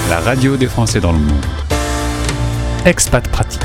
la radio des Français dans le monde. Expat Pratique,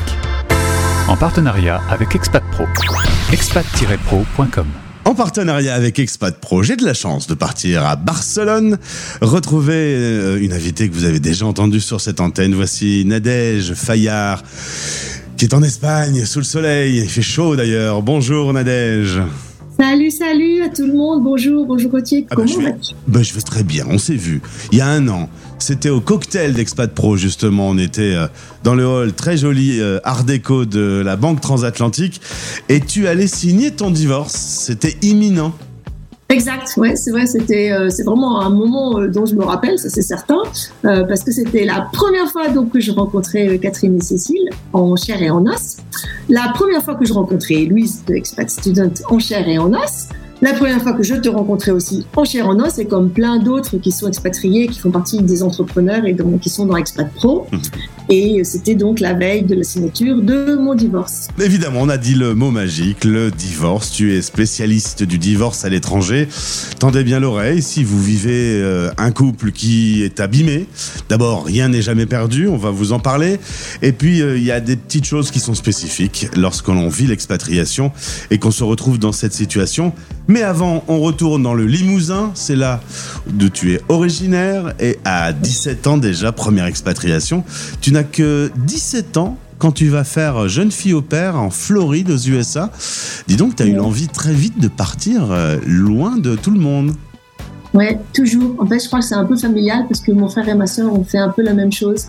en partenariat avec Expat Pro, expat-pro.com. En partenariat avec Expat Pro, j'ai de la chance de partir à Barcelone, retrouver une invitée que vous avez déjà entendue sur cette antenne. Voici Nadège Fayard, qui est en Espagne, sous le soleil. Il fait chaud d'ailleurs. Bonjour Nadège. Salut à tout le monde. Bonjour Gauthier. Comment vas-tu ? Je vais très bien, on s'est vu il y a un an. C'était au cocktail d'Expat Pro justement. On était dans le hall très joli art déco de la Banque Transatlantique et tu allais signer ton divorce. C'était imminent. Exact, ouais, c'est vrai, c'est vraiment un moment dont je me rappelle, ça c'est certain, parce que c'était la première fois donc que je rencontrais Catherine et Cécile en chair et en os, la première fois que je rencontrais Louise de Expat Student en chair et en os, la première fois que je te rencontrais aussi en chair et en os, et comme plein d'autres qui sont expatriés, qui font partie des entrepreneurs et qui sont dans Expat Pro. Et c'était donc la veille de la signature de mon divorce. Évidemment, on a dit le mot magique, le divorce. Tu es spécialiste du divorce à l'étranger. Tendez bien l'oreille si vous vivez un couple qui est abîmé. D'abord, rien n'est jamais perdu, on va vous en parler. Et puis, il y a des petites choses qui sont spécifiques lorsque l'on vit l'expatriation et qu'on se retrouve dans cette situation. Mais avant, on retourne dans le Limousin. C'est là d'où tu es originaire et à 17 ans déjà, première expatriation. Tu n'as que 17 ans quand tu vas faire jeune fille au pair en Floride aux USA. Dis donc, tu as eu l'envie très vite de partir loin de tout le monde. Ouais, toujours. En fait, je crois que c'est un peu familial parce que mon frère et ma sœur ont fait un peu la même chose.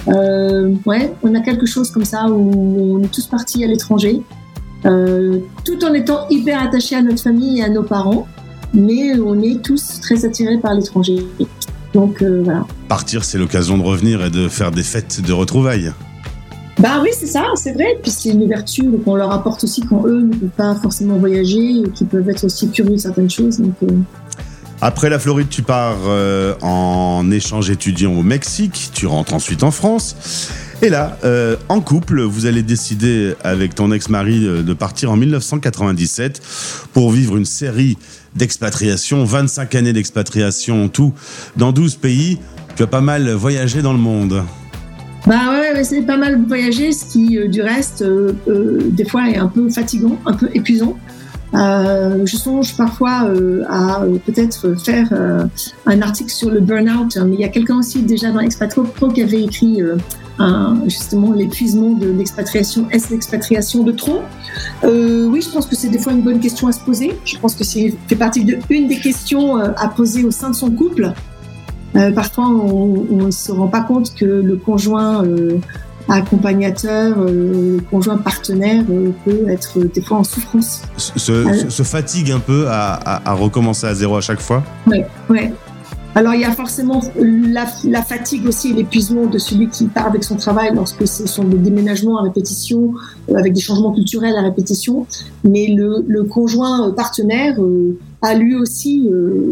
On a quelque chose comme ça où on est tous partis à l'étranger, tout en étant hyper attachés à notre famille et à nos parents, mais on est tous très attirés par l'étranger. Donc voilà. Partir, c'est l'occasion de revenir et de faire des fêtes de retrouvailles. Bah oui, c'est ça, c'est vrai. Puis c'est une ouverture qu'on leur apporte aussi quand eux ne peuvent pas forcément voyager et qui peuvent être aussi curieux de certaines choses. Donc, Après la Floride, tu pars en échange étudiant au Mexique. Tu rentres ensuite en France. Et là, en couple, vous allez décider avec ton ex-mari de partir en 1997 pour vivre une série d'expatriation, 25 années d'expatriation en tout, dans 12 pays. Tu as pas mal voyagé dans le monde. Bah ouais, c'est pas mal voyagé, ce qui, du reste, des fois est un peu fatigant, un peu épuisant. Je songe parfois à peut-être faire un article sur le burn-out, mais il y a quelqu'un aussi déjà dans Expat Pro qui avait écrit justement l'épuisement de l'expatriation. Est-ce l'expatriation de trop ? Oui, je pense que c'est des fois une bonne question à se poser. Je pense que c'est fait partie d'une des questions à poser au sein de son couple. Parfois, on ne se rend pas compte que le conjoint accompagnateur, conjoint partenaire peut être des fois en souffrance. Se fatigue un peu à recommencer à zéro à chaque fois ? Ouais. Alors, il y a forcément la fatigue aussi et l'épuisement de celui qui part avec son travail lorsque ce sont des déménagements à répétition, avec des changements culturels à répétition. Mais le conjoint partenaire a lui aussi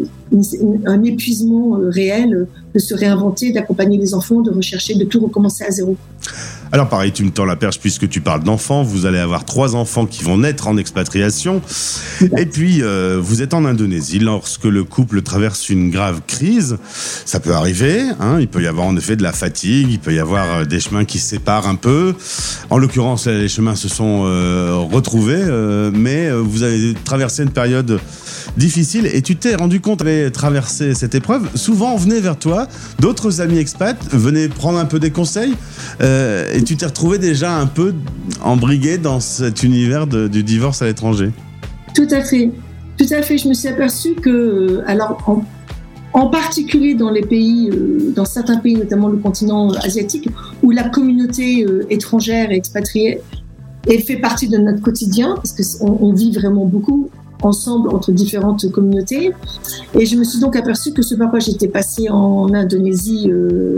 un épuisement réel de se réinventer, d'accompagner les enfants, de rechercher, de tout recommencer à zéro. Alors pareil, tu me tends la perche puisque tu parles d'enfants. Vous allez avoir 3 enfants qui vont naître en expatriation. Et puis, vous êtes en Indonésie lorsque le couple traverse une grave crise. Ça peut arriver, hein. Il peut y avoir en effet de la fatigue, il peut y avoir des chemins qui se séparent un peu. En l'occurrence, les chemins se sont retrouvés, mais vous avez traversé une période difficile et tu t'es rendu compte de traverser cette épreuve. Souvent, on venait vers toi, d'autres amis expats venaient prendre un peu des conseils et tu t'es retrouvé déjà un peu embrigué dans cet univers du divorce à l'étranger. Tout à fait. Je me suis aperçue que, alors en particulier dans les pays, dans certains pays, notamment le continent asiatique, où la communauté étrangère et expatriée fait partie de notre quotidien, parce qu'on vit vraiment beaucoup ensemble entre différentes communautés. Et je me suis donc aperçue que ce par quoi j'étais passée en Indonésie,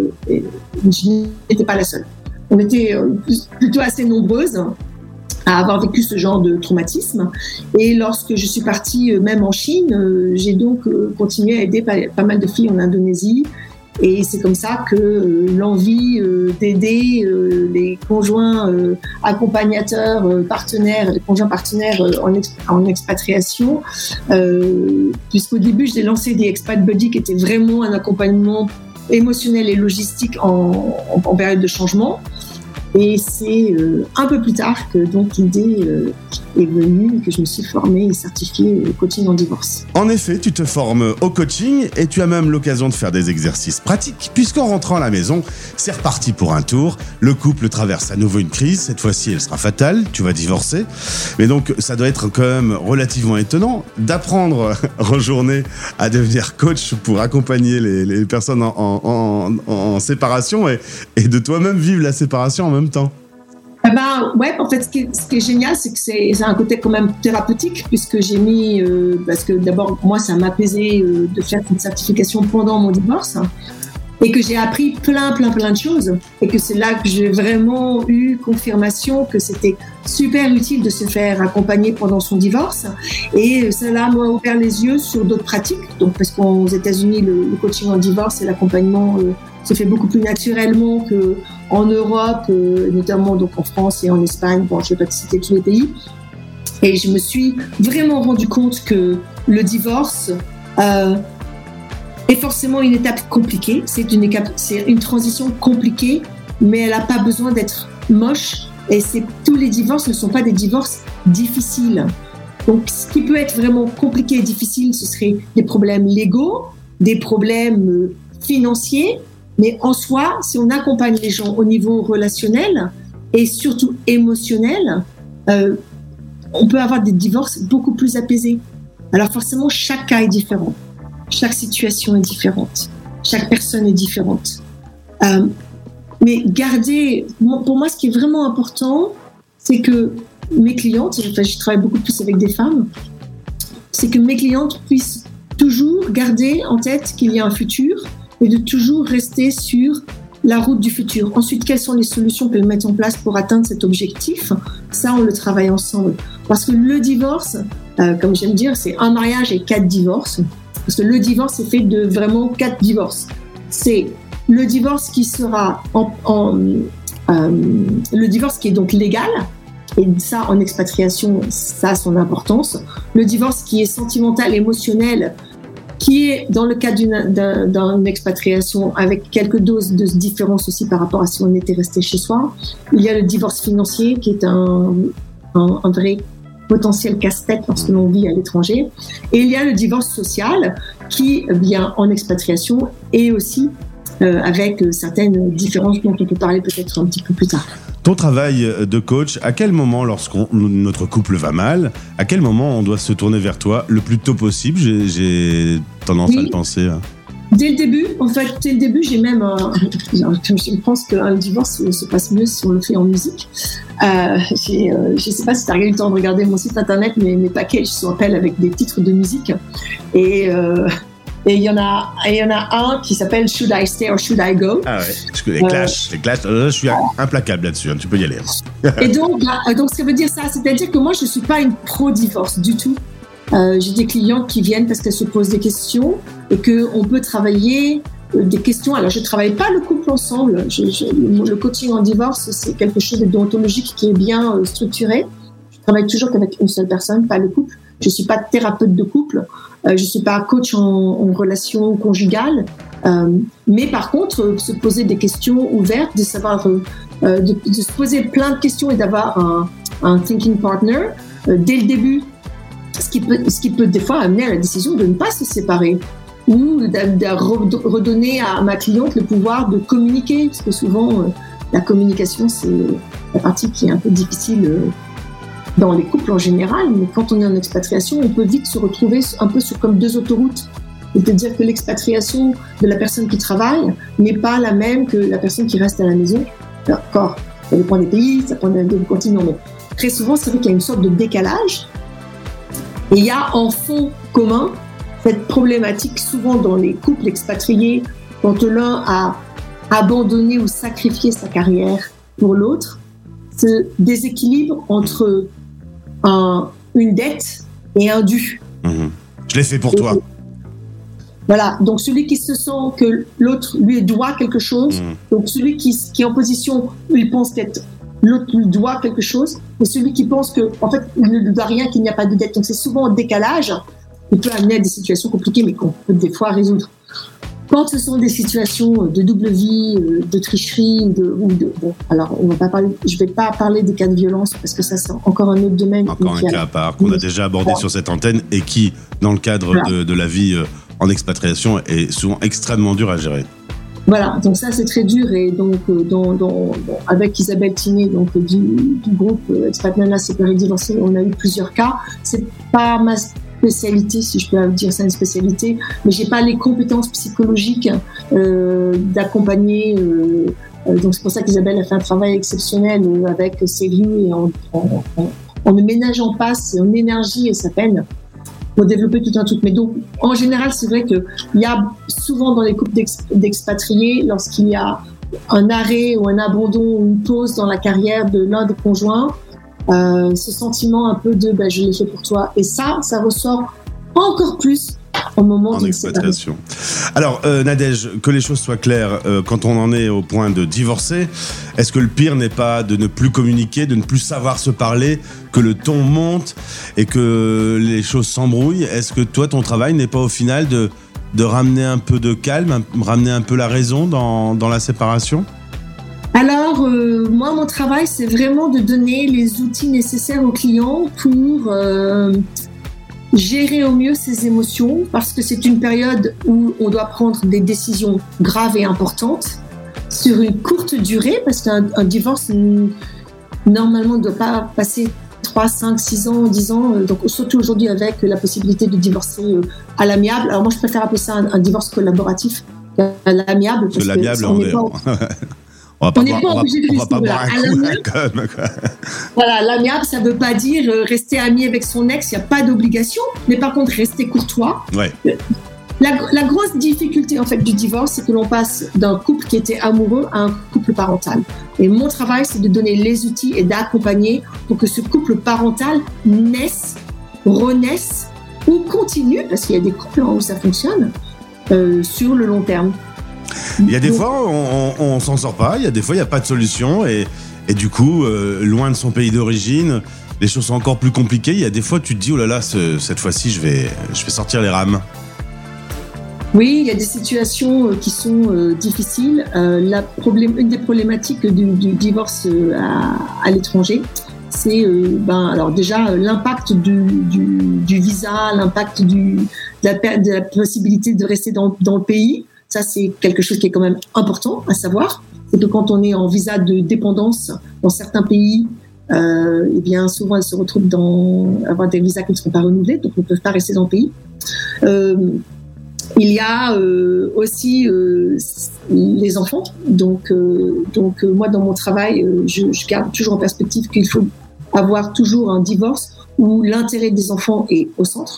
je n'étais pas la seule. On était plutôt assez nombreuses à avoir vécu ce genre de traumatisme. Et lorsque je suis partie même en Chine, j'ai donc continué à aider pas mal de filles en Indonésie. Et c'est comme ça que l'envie d'aider les conjoints accompagnateurs, partenaires, les conjoints partenaires en expatriation, puisqu'au début, j'ai lancé des Expat Buddy qui étaient vraiment un accompagnement émotionnelle et logistique en période de changement. Et c'est un peu plus tard que donc l'idée est venue, que je me suis formée et certifiée coaching en divorce. En effet, tu te formes au coaching et tu as même l'occasion de faire des exercices pratiques, puisqu'en rentrant à la maison, c'est reparti pour un tour. Le couple traverse à nouveau une crise, cette fois-ci elle sera fatale, tu vas divorcer. Mais donc ça doit être quand même relativement étonnant d'apprendre en journée à devenir coach pour accompagner les personnes en séparation et de toi-même vivre la séparation en même temps. Ouais, en fait, ce qui est génial, c'est que c'est un côté quand même thérapeutique, puisque j'ai mis, parce que d'abord, moi, ça m'a apaisé de faire cette certification pendant mon divorce, et que j'ai appris plein de choses, et que c'est là que j'ai vraiment eu confirmation que c'était super utile de se faire accompagner pendant son divorce, et cela m'a ouvert les yeux sur d'autres pratiques, donc parce qu'aux États-Unis, le coaching en divorce et l'accompagnement se fait beaucoup plus naturellement qu'en Europe, notamment donc en France et en Espagne. Bon, je ne vais pas te citer tous les pays. Et je me suis vraiment rendu compte que le divorce est forcément une étape compliquée. C'est une transition compliquée, mais elle n'a pas besoin d'être moche. Et tous les divorces ne sont pas des divorces difficiles. Donc, ce qui peut être vraiment compliqué et difficile, ce serait des problèmes légaux, des problèmes financiers. Mais en soi, si on accompagne les gens au niveau relationnel et surtout émotionnel, on peut avoir des divorces beaucoup plus apaisés. Alors forcément, chaque cas est différent. Chaque situation est différente. Chaque personne est différente. Mais pour moi, ce qui est vraiment important, c'est que mes clientes, je travaille beaucoup plus avec des femmes, c'est que mes clientes puissent toujours garder en tête qu'il y a un futur, et de toujours rester sur la route du futur. Ensuite, quelles sont les solutions qu'elles mettent en place pour atteindre cet objectif ? Ça, on le travaille ensemble. Parce que le divorce, comme j'aime dire, c'est un mariage et 4 divorces. Parce que le divorce, c'est fait de vraiment 4 divorces. C'est le divorce qui sera le divorce qui est donc légal, et ça, en expatriation, ça a son importance. Le divorce qui est sentimental, émotionnel, qui est dans le cas d'une expatriation avec quelques doses de différence aussi par rapport à si on était resté chez soi. Il y a le divorce financier qui est un vrai potentiel casse-tête lorsque l'on vit à l'étranger. Et il y a le divorce social qui vient en expatriation et aussi avec certaines différences dont on peut parler peut-être un petit peu plus tard. Ton travail de coach, à quel moment, notre couple va mal, à quel moment on doit se tourner vers toi le plus tôt possible ? J'ai tendance à le penser. Dès le début, j'ai même je pense qu'un divorce se passe mieux si on le fait en musique. Je ne sais pas si tu as eu le temps de regarder mon site internet, mais mes packages sont appelés avec des titres de musique. Et il y en a un qui s'appelle Should I Stay or Should I Go? Ah ouais, les Clash, je suis implacable là-dessus, tu peux y aller. Et donc, ça veut dire ça, c'est-à-dire que moi, je ne suis pas une pro-divorce du tout. J'ai des clientes qui viennent parce qu'elles se posent des questions et qu'on peut travailler des questions. Alors, je ne travaille pas le couple ensemble. Le coaching en divorce, c'est quelque chose de déontologique qui est bien structuré. Je travaille toujours qu'avec une seule personne, pas le couple. Je ne suis pas thérapeute de couple. Je ne suis pas coach en relation conjugale. Mais par contre, se poser des questions ouvertes, de savoir, de se poser plein de questions et d'avoir un thinking partner dès le début, ce qui peut des fois amener à la décision de ne pas se séparer ou de redonner à ma cliente le pouvoir de communiquer, parce que souvent la communication c'est la partie qui est un peu difficile dans les couples en général, mais quand on est en expatriation, on peut vite se retrouver un peu comme 2 autoroutes. C'est-à-dire que l'expatriation de la personne qui travaille n'est pas la même que la personne qui reste à la maison. D'accord, ça dépend des pays, ça dépend des continents, mais très souvent, c'est vrai qu'il y a une sorte de décalage. Et il y a en fond commun cette problématique, souvent dans les couples expatriés, quand l'un a abandonné ou sacrifié sa carrière pour l'autre, ce déséquilibre entre une dette et un dû. Mmh. Je l'ai fait pour toi. Voilà, donc celui qui se sent que l'autre lui doit quelque chose, donc celui qui est en position où il pense que l'autre lui doit quelque chose, et celui qui pense qu'en fait, il ne lui doit rien, qu'il n'y a pas de dette. Donc c'est souvent en décalage, il peut amener à des situations compliquées, mais qu'on peut des fois résoudre. Quand ce sont des situations de double vie, de tricherie, alors je vais pas parler des cas de violence parce que ça c'est encore un autre domaine. Encore un cas à part qu'on a déjà abordé sur cette antenne et qui, dans le cadre de la vie en expatriation, est souvent extrêmement dur à gérer. Voilà, donc ça c'est très dur et donc avec Isabelle Tiné, donc du groupe Expat Nana Séparés Divorcés, on a eu plusieurs cas. C'est pas ma spécialité, si je peux dire ça, une spécialité, mais j'ai pas les compétences psychologiques d'accompagner. Donc c'est pour ça qu'Isabelle a fait un travail exceptionnel avec ses lieux et en ménageant pas son énergie et sa peine pour développer tout un truc. Mais donc, en général, c'est vrai qu'il y a souvent dans les couples d'expatriés, lorsqu'il y a un arrêt ou un abandon ou une pause dans la carrière de l'un des conjoints, ce sentiment un peu de je l'ai fait pour toi. Et ça ressort encore plus au moment en expatriation. Alors, Nadège, que les choses soient claires, quand on en est au point de divorcer, est-ce que le pire n'est pas de ne plus communiquer, de ne plus savoir se parler, que le ton monte et que les choses s'embrouillent? Est-ce que toi, ton travail n'est pas au final de ramener un peu de calme, ramener un peu la raison dans la séparation? Alors, moi, mon travail, c'est vraiment de donner les outils nécessaires aux clients pour gérer au mieux ses émotions, parce que c'est une période où on doit prendre des décisions graves et importantes sur une courte durée, parce qu'un divorce, normalement, ne doit pas passer 3, 5, 6 ans, 10 ans, donc surtout aujourd'hui avec la possibilité de divorcer à l'amiable. Alors moi, je préfère appeler ça un divorce collaboratif qu'à l'amiable. Parce que l'amiable, on n'est pas obligé de rester. On va pas boire un coup comme quoi. Voilà, l'amiable, ça veut pas dire rester ami avec son ex, il n'y a pas d'obligation, mais par contre rester courtois. Ouais. La grosse difficulté en fait du divorce, c'est que l'on passe d'un couple qui était amoureux à un couple parental. Et mon travail, c'est de donner les outils et d'accompagner pour que ce couple parental naisse, renaisse ou continue, parce qu'il y a des couples où ça fonctionne, sur le long terme. Il y a des fois, on s'en sort pas. Il y a des fois, il n'y a pas de solution. Et du coup, loin de son pays d'origine, les choses sont encore plus compliquées. Il y a des fois, tu te dis, oh là là, cette fois-ci, je vais sortir les rames. Oui, il y a des situations qui sont difficiles. Une des problématiques du divorce à l'étranger, c'est alors déjà l'impact du visa, l'impact de la possibilité de rester dans le pays. Ça, c'est quelque chose qui est quand même important à savoir. C'est que quand on est en visa de dépendance dans certains pays, eh bien, souvent, elles se retrouvent avoir des visas qui ne seront pas renouvelés, donc ne peuvent pas rester dans le pays. Il y a aussi les enfants. Donc moi, dans mon travail, je garde toujours en perspective qu'il faut avoir toujours un divorce où l'intérêt des enfants est au centre.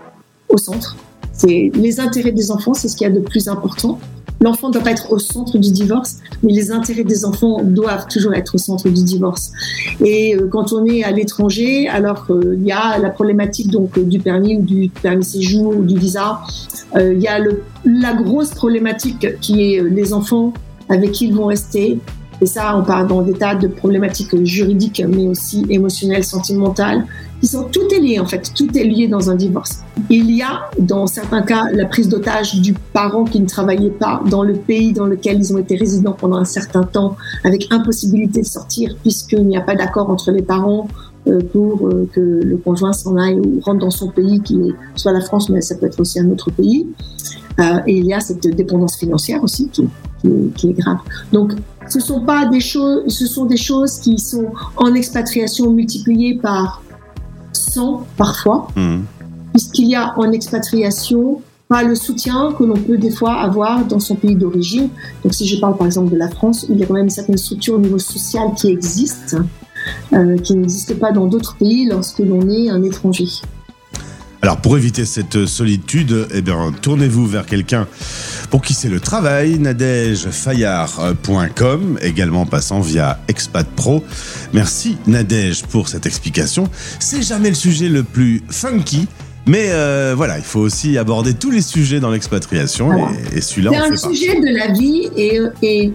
C'est les intérêts des enfants, c'est ce qu'il y a de plus important. L'enfant ne doit pas être au centre du divorce, mais les intérêts des enfants doivent toujours être au centre du divorce. Et quand on est à l'étranger, alors il y a la problématique donc du permis ou du permis séjour ou du visa. Il y a la grosse problématique qui est les enfants avec qui ils vont rester. Et ça, on parle dans des tas de problématiques juridiques, mais aussi émotionnelles, sentimentales. Tout est lié en fait, tout est lié dans un divorce. Il y a dans certains cas la prise d'otage du parent qui ne travaillait pas dans le pays dans lequel ils ont été résidents pendant un certain temps, avec impossibilité de sortir puisqu'il n'y a pas d'accord entre les parents pour que le conjoint s'en aille ou rentre dans son pays, qui est soit la France, mais ça peut être aussi un autre pays. Et il y a cette dépendance financière aussi qui est grave. Donc, ce sont des choses qui sont en expatriation multipliées par 100 parfois, puisqu'il y a en expatriation pas le soutien que l'on peut des fois avoir dans son pays d'origine. Donc si je parle par exemple de la France, il y a quand même certaines structures au niveau social qui existent, qui n'existent pas dans d'autres pays lorsque l'on est un étranger. Alors pour éviter cette solitude, tournez-vous vers quelqu'un pour qui c'est le travail, nadejfayard.com, également passant via Expat Pro. Merci Nadège pour cette explication. C'est jamais le sujet le plus funky, mais il faut aussi aborder tous les sujets dans l'expatriation, voilà. Et celui-là, c'est un sujet de la vie et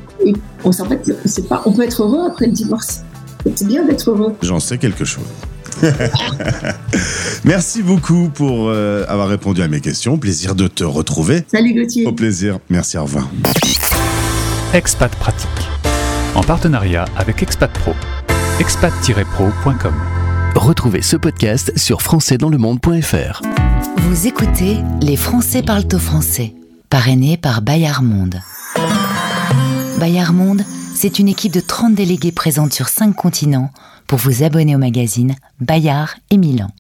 en fait, on peut être heureux après le divorce. C'est bien d'être heureux. J'en sais quelque chose. Merci beaucoup pour avoir répondu à mes questions. Plaisir de te retrouver. Salut Gauthier. Au plaisir. Merci, au revoir. Expat Pratique, en partenariat avec Expat Pro. expat-pro.com. Retrouvez ce podcast sur françaisdanslemonde.fr. Vous écoutez Les Français parlent au français, parrainé par Bayard Monde. Bayard Monde, c'est une équipe de 30 délégués présente sur 5 continents pour vous abonner au magazine Bayard et Milan.